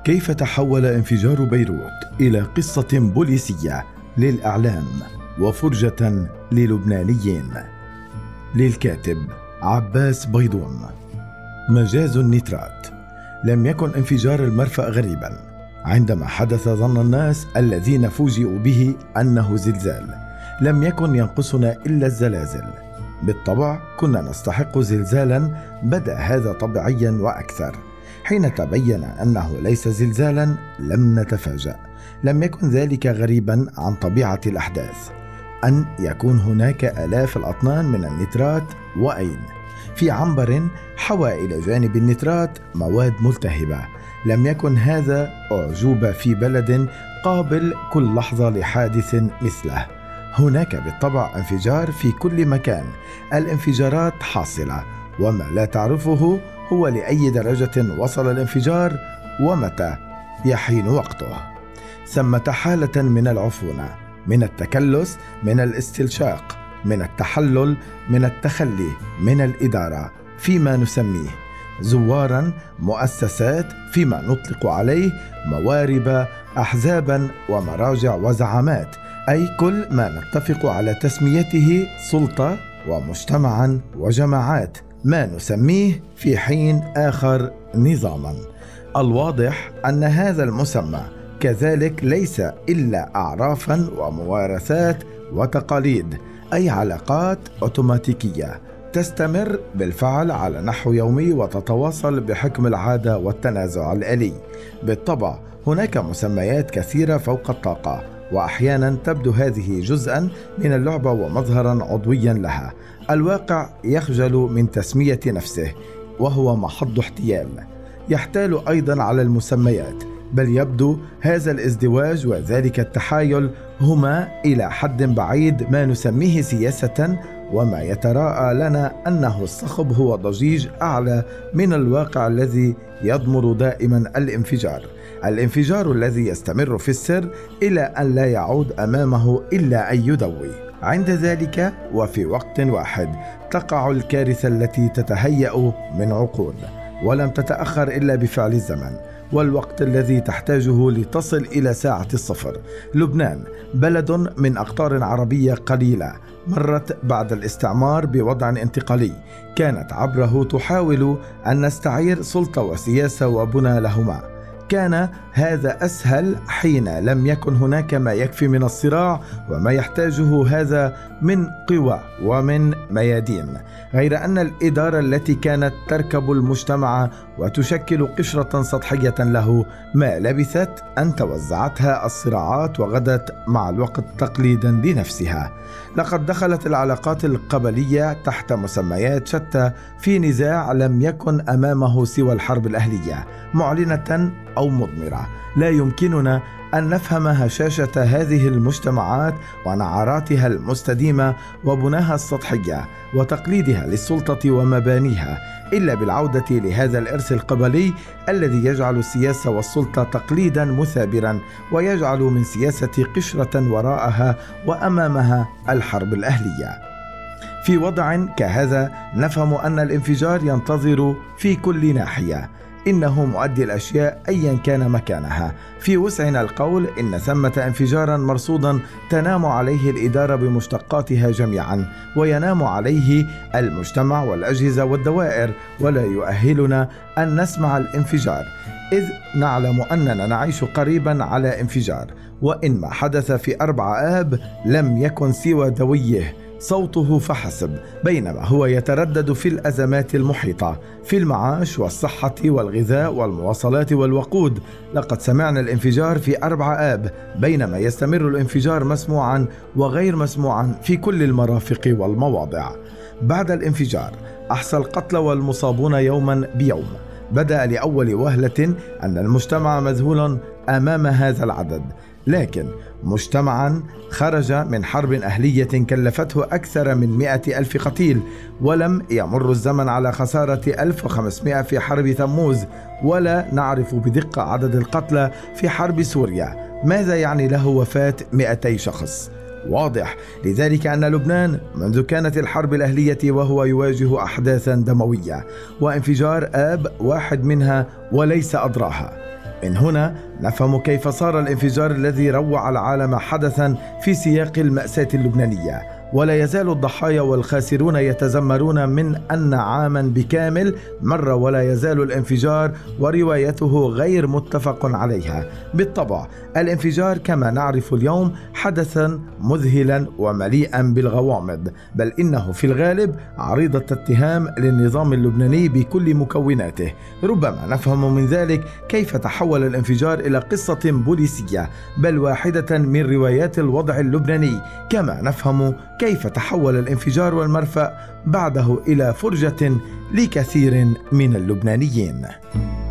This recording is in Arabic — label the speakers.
Speaker 1: كيف تحول انفجار بيروت إلى قصة بوليسية للإعلام وفرجة للبنانيين؟ للكاتب عباس بيضون. مجاز النترات. لم يكن انفجار المرفأ غريبا. عندما حدث ظن الناس الذين فوجئوا به أنه زلزال. لم يكن ينقصنا إلا الزلازل. بالطبع كنا نستحق زلزالا، بدا هذا طبيعيا وأكثر. حين تبين أنه ليس زلزالا لم نتفاجأ. لم يكن ذلك غريبا عن طبيعة الأحداث أن يكون هناك آلاف الأطنان من النترات. وأين؟ في عنبر حوى إلى جانب النترات مواد ملتهبة. لم يكن هذا أعجوبة في بلد قابل كل لحظة لحادث مثله. هناك بالطبع انفجار في كل مكان. الانفجارات حاصلة، وما لا تعرفه هو لأي درجة وصل الانفجار ومتى يحين وقته. ثمة حالة من العفونة، من التكلس، من الاستنشاق، من التحلل، من التخلي، من الإدارة فيما نسميه زوارا، مؤسسات فيما نطلق عليه موارب، أحزابا ومراجع وزعامات، أي كل ما نتفق على تسميته سلطة، ومجتمعا وجماعات ما نسميه في حين آخر نظاما. الواضح أن هذا المسمى كذلك ليس إلا أعرافا وموارثات وتقاليد، أي علاقات أوتوماتيكية تستمر بالفعل على نحو يومي وتتواصل بحكم العادة والتنازع الآلي. بالطبع هناك مسميات كثيرة فوق الطاقة، وأحيانا تبدو هذه جزءا من اللعبة ومظهرا عضويا لها. الواقع يخجل من تسمية نفسه، وهو محض احتيال. يحتال أيضا على المسميات، بل يبدو هذا الازدواج وذلك التحايل هما إلى حد بعيد ما نسميه سياسة، وما يتراءى لنا أنه الصخب هو ضجيج أعلى من الواقع الذي يضمر دائما الانفجار الذي يستمر في السر إلى أن لا يعود أمامه إلا أن يدوي. عند ذلك وفي وقت واحد تقع الكارثة التي تتهيأ من عقود، ولم تتأخر إلا بفعل الزمن والوقت الذي تحتاجه لتصل إلى ساعة الصفر. لبنان بلد من أقطار عربية قليلة مرت بعد الاستعمار بوضع انتقالي كانت عبره تحاول أن نستعير سلطة وسياسة وبنى لهما. كان هذا أسهل حين لم يكن هناك ما يكفي من الصراع وما يحتاجه هذا من قوى ومن ميادين، غير أن الإدارة التي كانت تركب المجتمع وتشكل قشرة سطحية له ما لبثت أن توزعتها الصراعات وغدت مع الوقت تقليدا لنفسها. لقد دخلت العلاقات القبلية تحت مسميات شتى في نزاع لم يكن أمامه سوى الحرب الأهلية، معلنة أو مضمرة. لا يمكننا أن نفهم هشاشة هذه المجتمعات ونعراتها المستديمة وبناها السطحية وتقليدها للسلطة ومبانيها إلا بالعودة لهذا الإرث القبلي الذي يجعل السياسة والسلطة تقليدا مثابرا، ويجعل من سياسة قشرة وراءها وأمامها الحرب الأهلية. في وضع كهذا نفهم أن الانفجار ينتظر في كل ناحية، إنه مؤدي الأشياء أيا كان مكانها. في وسعنا القول إن ثمة انفجارا مرصودا تنام عليه الإدارة بمشتقاتها جميعا، وينام عليه المجتمع والأجهزة والدوائر، ولا يؤهلنا أن نسمع الانفجار، إذ نعلم أننا نعيش قريبا على انفجار. وإن ما حدث في 4 آب لم يكن سوى دويه صوته فحسب، بينما هو يتردد في الأزمات المحيطة في المعاش والصحة والغذاء والمواصلات والوقود. لقد سمعنا الانفجار في 4 آب، بينما يستمر الانفجار مسموعا وغير مسموعا في كل المرافق والمواضع. بعد الانفجار أحصى القتلى والمصابون يوما بيوم. بدأ لأول وهلة أن المجتمع مذهول أمام هذا العدد، لكن مجتمعا خرج من حرب أهلية كلفته أكثر من 100,000 قتيل، ولم يمر الزمن على خسارة 1500 في حرب تموز، ولا نعرف بدقة عدد القتلى في حرب سوريا. ماذا يعني له وفاة 200 شخص؟ واضح لذلك أن لبنان منذ كانت الحرب الأهلية وهو يواجه أحداثا دموية، وانفجار آب واحد منها وليس أدراها. من هنا نفهم كيف صار الانفجار الذي روع العالم حدثا في سياق المأساة اللبنانية، ولا يزال الضحايا والخاسرون يتذمرون من أن عاما بكامل مر ولا يزال الانفجار وروايته غير متفق عليها. بالطبع الانفجار كما نعرف اليوم حدثا مذهلا ومليئا بالغوامض، بل إنه في الغالب عريضة اتهام للنظام اللبناني بكل مكوناته. ربما نفهم من ذلك كيف تحول الانفجار إلى قصة بوليسية، بل واحدة من روايات الوضع اللبناني، كما نفهم كيف تحول الانفجار والمرفأ بعده إلى فرجة لكثير من اللبنانيين.